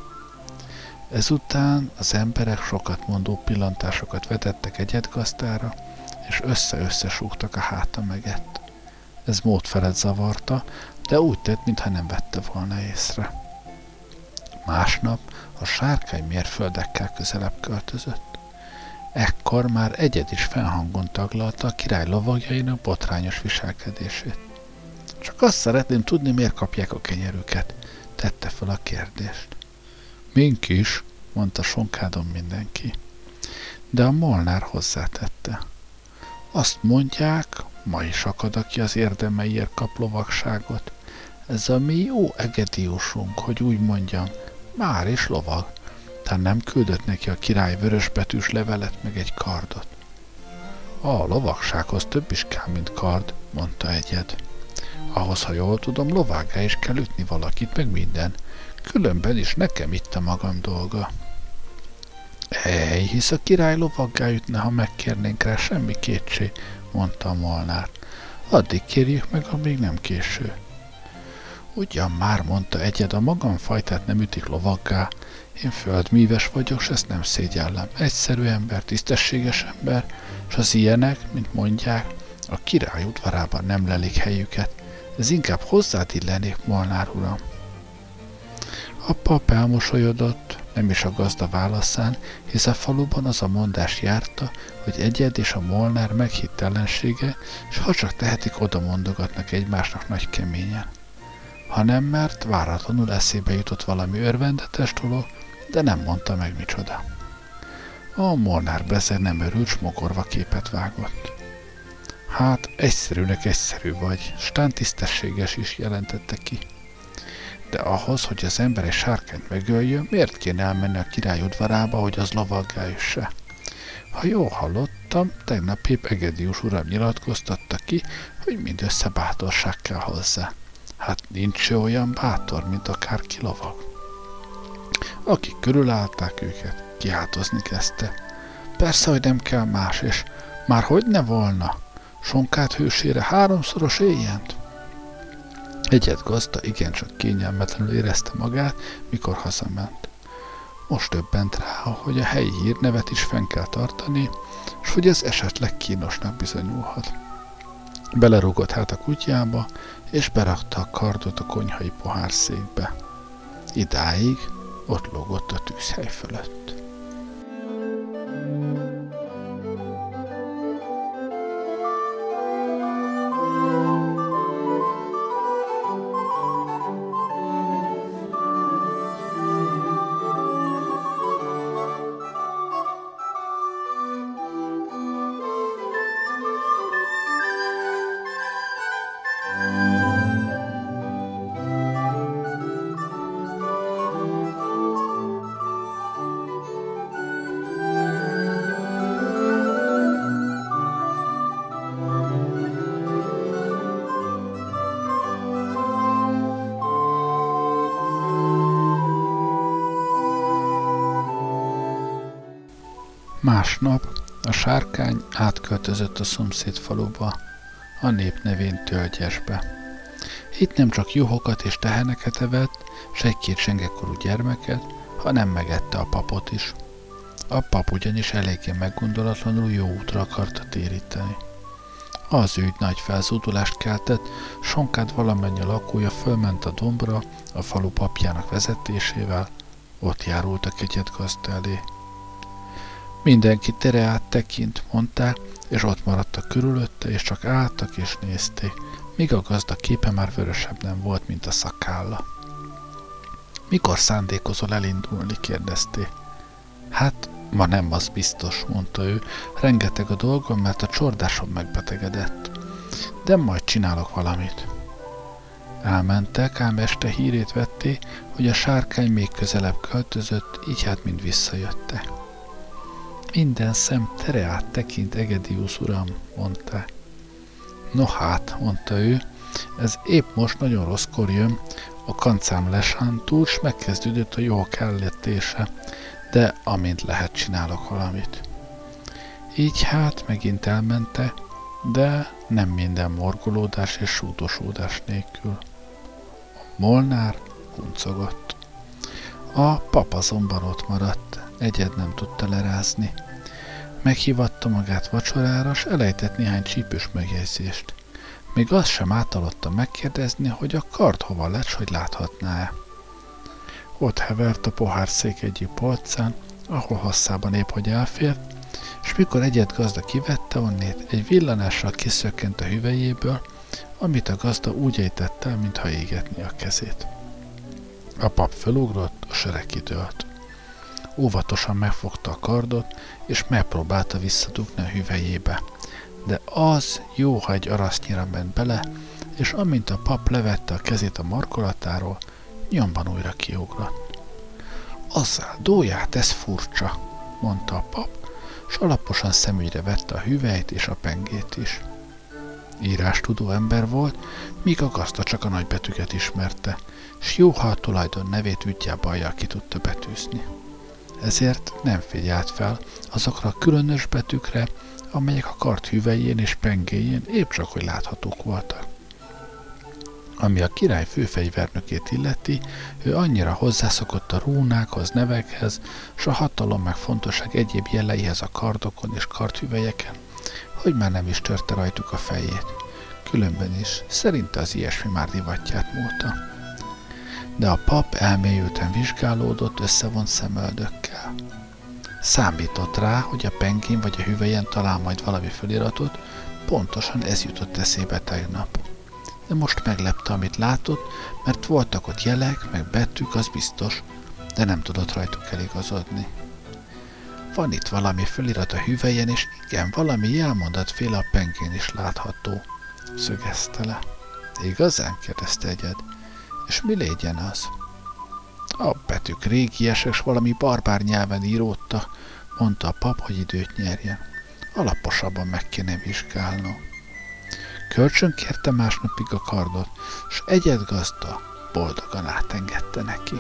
Ezután az emberek sokat mondó pillantásokat vetettek egyedgazdára, és össze-össze súgtak a háta mögött. Ez módfelet zavarta, de úgy tett, mintha nem vette volna észre. Másnap a sárkány mérföldekkel közelebb költözött. Ekkor már egyed is felhangon taglalta a király lovagjainak botrányos viselkedését. Csak azt szeretném tudni, miért kapják a kenyerüket, tette fel a kérdést. Mink is, mondta sonkádon mindenki. De a Molnár hozzátette. Azt mondják, ma is akad, aki az érdemeiért kap lovagságot. Ez a mi jó Egediusunk, hogy úgy mondjam, már is lovag. Tehát nem küldött neki a király vörösbetűs levelet meg egy kardot. A lovagsághoz több is kell, mint kard, mondta egyed. Ahhoz, ha jól tudom, lovággá is kell ütni valakit, meg minden. Különben is nekem itt a magam dolga. Hisz a király lovaggá ütne, ha megkérnénk rá, semmi kétség, mondta a Molnár. Addig kérjük meg, amíg nem késő. Ugyan már, mondta egyed, a magam fajtát nem ütik lovaggá. Én földmíves vagyok, s ezt nem szégyellem. Egyszerű ember, tisztességes ember, s az ilyenek, mint mondják, a király udvarában nem lelik helyüket. Ez inkább hozzád illenék, Molnár uram. A pap elmosolyodott, nem is a gazda válaszán, hisz a faluban az a mondás járta, hogy egyed és a Molnár meghitt ellensége, s ha csak tehetik, oda mondogatnak egymásnak nagy keményen. Ha nem mert, váratlanul eszébe jutott valami örvendetes dolog, de nem mondta meg micsoda. A Molnár bezeg nem örült, s mogorva képet vágott. Hát, egyszerűnek egyszerű vagy, stán tisztességes is, jelentette ki. De ahhoz, hogy az ember egy sárkányt megöljön, miért kéne elmenni a király udvarába, hogy az lovaggá üsse? Ha jól hallottam, tegnap épp Egedius uram nyilatkoztatta ki, hogy mindössze bátorság kell hozzá. Hát nincs olyan bátor, mint akárki lovag. Akik körülállták őket, kiáltozni kezdte. Persze, hogy nem kell más, és már hogy ne volna? Sonkát hősére 3-szoros éjjent? Egyed gazda igencsak kényelmetlenül érezte magát, mikor hazament. Most döbbent rá, hogy a helyi hírnevet is fenn kell tartani, s hogy ez esetleg kínosnak bizonyulhat. Belerúgott hát a kutyába, és berakta a kardot a konyhai pohárszékbe. Idáig ott lógott a tűzhely fölött. Másnap a sárkány átköltözött a szomszéd faluba, a nép nevén Tölgyesbe. Itt nem csak juhokat és teheneket evett, s egy-két sengekorú gyermeket, hanem megette a papot is. A pap ugyanis eléggé meggondolatlanul jó útra akarta téríteni. Az ügy nagy felzúdulást keltett, Sonkád valamennyi lakója fölment a dombra a falu papjának vezetésével, ott járultak egyedgazda elé. Mindenki Tereát tekint, mondták, és ott maradtak körülötte, és csak álltak és nézték, míg a gazda képe már vörösebb nem volt, mint a szakálla. Mikor szándékozol elindulni? Kérdezték. Hát, ma nem, az biztos, mondta ő, rengeteg a dolgom, mert a csordásom megbetegedett. De majd csinálok valamit. Elmentek, ám este hírét vették, hogy a sárkány még közelebb költözött, így hát mind visszajöttek. Minden szem Tereát tekint, Egediusz uram, mondta. No hát, mondta ő, ez épp most nagyon rosszkor jön, a kancám lesántult, s megkezdődött a jó kellettése, de amint lehet csinálok valamit. Így hát megint elmente, de nem minden morgolódás és sútosódás nélkül. A Molnár kuncogott. A pap azonban ott maradt, egyed nem tudta lerázni. Meghívatta magát vacsorára, s elejtett néhány csípős megjegyzést. Még azt sem átalodta megkérdezni, hogy a kard hova lett, hogy láthatná-e. Ott hevert a pohárszék egyik polcán, ahol hosszában épp hogy elfért, és mikor egyedgazda kivette onnét, egy villanással kiszökkent a hüvelyéből, amit a gazda úgy ejtett el, mintha égetni a kezét. A pap fölugrott, a söreg kidőlt. Óvatosan megfogta a kardot, és megpróbálta visszadugni a hüvelyébe. De az jó, ha egy arasznyira ment bele, és amint a pap levette a kezét a markolatáról, nyomban újra kiugrott. Azzal dóját, ez furcsa, mondta a pap, s alaposan szemügyre vette a hüvelyt és a pengét is. Írástudó ember volt, míg a gazda csak a nagybetűket ismerte, s jó, ha a tulajdon nevét ügyjábbajjal ki tudta betűzni. Ezért nem figyelt fel azokra a különös betűkre, amelyek a kard hüvelyén és pengéjén épp csak hogy láthatók voltak. Ami a király főfegyvernökét illeti, ő annyira hozzászokott a rúnákhoz, nevekhez, s a hatalom meg fontosság egyéb jeleihez a kardokon és kardhüvelyeken, hogy már nem is törte rajtuk a fejét. Különben is, szerinte az ilyesmi már divatját múlta. De a pap elmélyülten vizsgálódott összevont szemöldökkel. Számított rá, hogy a pengén vagy a hüvelyen talál majd valami feliratot, pontosan ez jutott eszébe tegnap. De most meglepte, amit látott, mert voltak ott jelek, meg betűk, az biztos, de nem tudott rajtuk eligazodni. Van itt valami felirat a hüvelyen, és igen, valami jelmondatféle a pengén is látható, szögezte le. Igazán? Kérdezte egyed. És mi légyen az? A betűk régiesek, s valami barbár nyelven íródta, mondta a pap, hogy időt nyerjen. Alaposabban meg kéne vizsgálnom. Kölcsön kérte másnapig a kardot, s egyedgazda boldogan átengedte neki.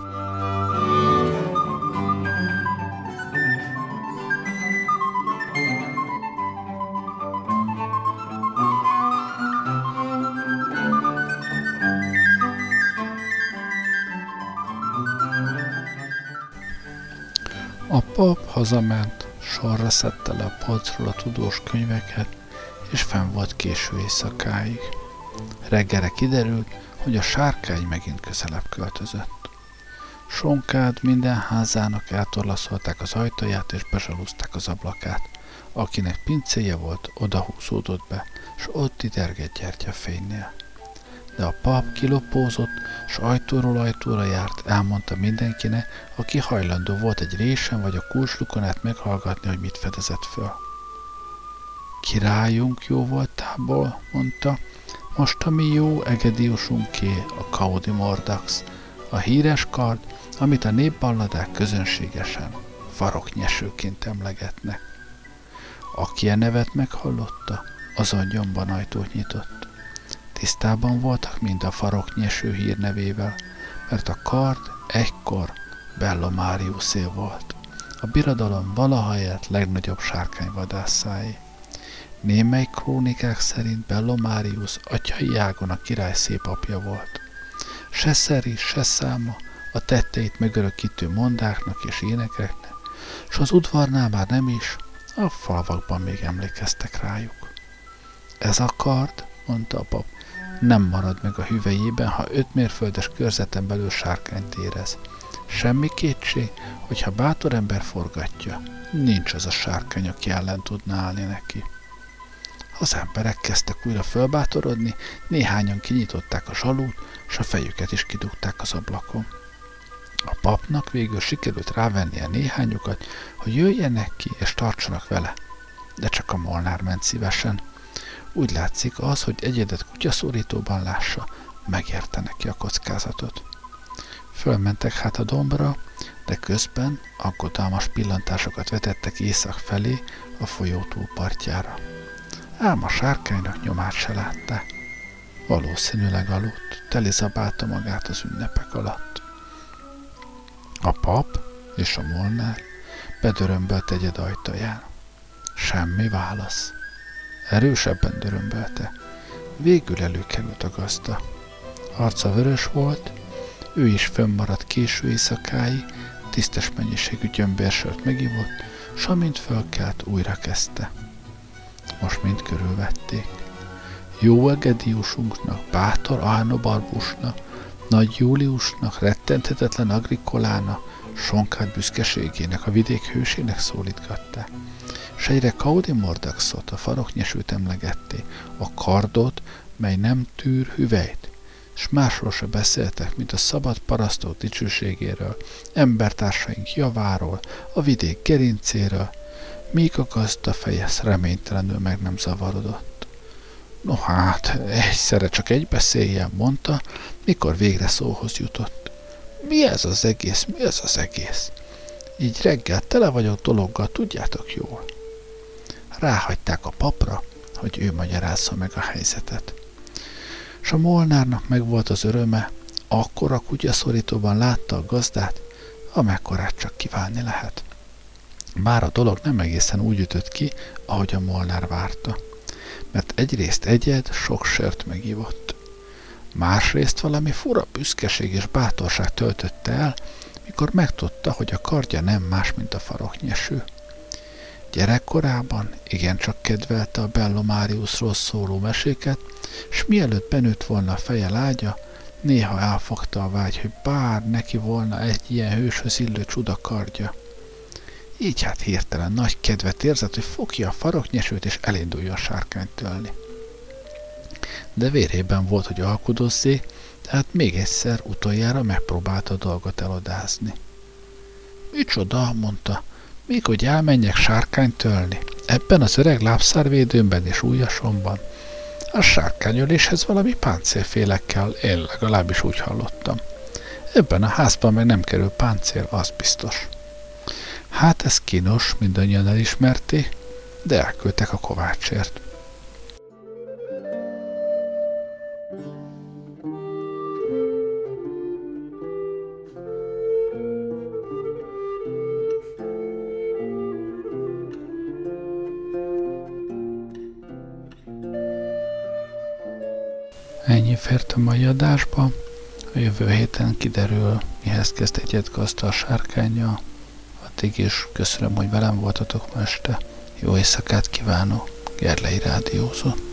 A pap hazament, sorra szedte le a polcról a tudós könyveket, és fenn volt késő éjszakáig. Reggelre kiderült, hogy a sárkány megint közelebb költözött. Sonkád minden házának eltorlaszolták az ajtaját, és bezsaluzták az ablakát. Akinek pincéje volt, odahúzódott be, s ott idergett gyertyafénynél. De a pap kilopózott, s ajtóról ajtóra járt, elmondta mindenkinek, aki hajlandó volt egy résen vagy a kulcslukon át meghallgatni, hogy mit fedezett föl. Királyunk jó voltából, mondta, most a mi jó Egediusunké, a Kaudi Mordax, a híres kard, amit a népballadák közönségesen faroknyesőként emlegetnek. Aki a nevet meghallotta, azon nyomban ajtót nyitott. Tisztában voltak mind a faroknyeső hírnevével, mert a kard egykor Bellomáriuszé volt, a birodalom valaha élt legnagyobb sárkányvadászáé. Némely krónikák szerint Bellomáriusz atyai ágon a király szép apja volt. Se szeri, se száma a tetteit megörökítő mondáknak és énekeknek, s az udvarnál már nem is, a falvakban még emlékeztek rájuk. Ez a kard, mondta a pap, nem marad meg a hüvelyében, ha 5 mérföldes körzeten belül sárkányt érez. Semmi kétség, hogyha bátor ember forgatja, nincs az a sárkány, aki ellen tudna állni neki. Az emberek kezdtek újra fölbátorodni, néhányan kinyitották a zsalút, s a fejüket is kidugták az ablakon. A papnak végül sikerült rávennie néhányukat, hogy jöjjenek ki és tartsanak vele, de csak a Molnár ment szívesen. Úgy látszik az, hogy egyedet kutyaszórítóban lássa, megérte neki a kockázatot. Fölmentek hát a dombra, de közben aggodalmas pillantásokat vetettek észak felé a folyó túlpartjára. Ám a sárkánynak nyomát se látták. Valószínűleg aludt, telizabálta magát az ünnepek alatt. A pap és a Molnár bedörömbölt egyed ajtaján. Semmi válasz. Erősebben dörömbölte. Végül előkerült a gazda. Arca vörös volt, ő is fönnmaradt késő éjszakáig, tisztes mennyiségű gyömbérsört megivott, s amint fölkelt, újra kezdte. Most mind körülvették. Jó Egediusunknak, bátor Arnobarbusnak, Nagy Júliusnak, rettenthetetlen Agrikolának, Sonkát büszkeségének, a vidék hősének szólítgatták. S egyre Kaudi Mordaxot, a faroknyesőt emlegették, a kardot, mely nem tűr hüvelyt, s másról se beszéltek, mint a szabad parasztok dicsőségéről, embertársaink javáról, a vidék gerincéről, míg a gazda feje reménytelenül meg nem zavarodott. No hát, egyszerre csak egy beszéljen, mondta, mikor végre szóhoz jutott. Mi ez az egész, mi ez az egész? Így reggel tele vagyok dologgal, tudjátok jól. Ráhagyták a papra, hogy ő magyarázza meg a helyzetet. S a Molnárnak megvolt az öröme, akkor a kutyaszorítóban látta a gazdát, amekkorát csak kívánni lehet. Bár a dolog nem egészen úgy ütött ki, ahogy a Molnár várta, mert egyrészt egyed sok sört megivott. Másrészt valami fura büszkeség és bátorság töltötte el, mikor megtudta, hogy a kardja nem más, mint a faroknyeső. Gyerekkorában igencsak kedvelte a Bellomáriusról szóló meséket, s mielőtt benőtt volna a feje lágya, néha elfogta a vágy, hogy bár neki volna egy ilyen hőshöz illő csuda kardja. Így hát hirtelen nagy kedvet érzett, hogy fogja a faroknyesőt és elinduljon sárkányt tölni. De vérében volt, hogy alkudozzék, tehát még egyszer utoljára megpróbálta a dolgot elodázni. Micsoda, mondta, még hogy elmenjek sárkányt tölni, ebben az öreg lábszárvédőmben és ujjasomban. A sárkányöléshez valami páncélféle kell, én legalábbis úgy hallottam. Ebben a házban meg nem kerül páncél, az biztos. Hát ez kínos, mindannyian elismerték, de elküldtek a kovácsért. Ennyi fért a mai adásba. A jövő héten kiderül, mihez kezd egyet gazda a sárkánnyal. Addig is köszönöm, hogy velem voltatok ma este. Jó éjszakát kívánok. Gerlei rádiózott.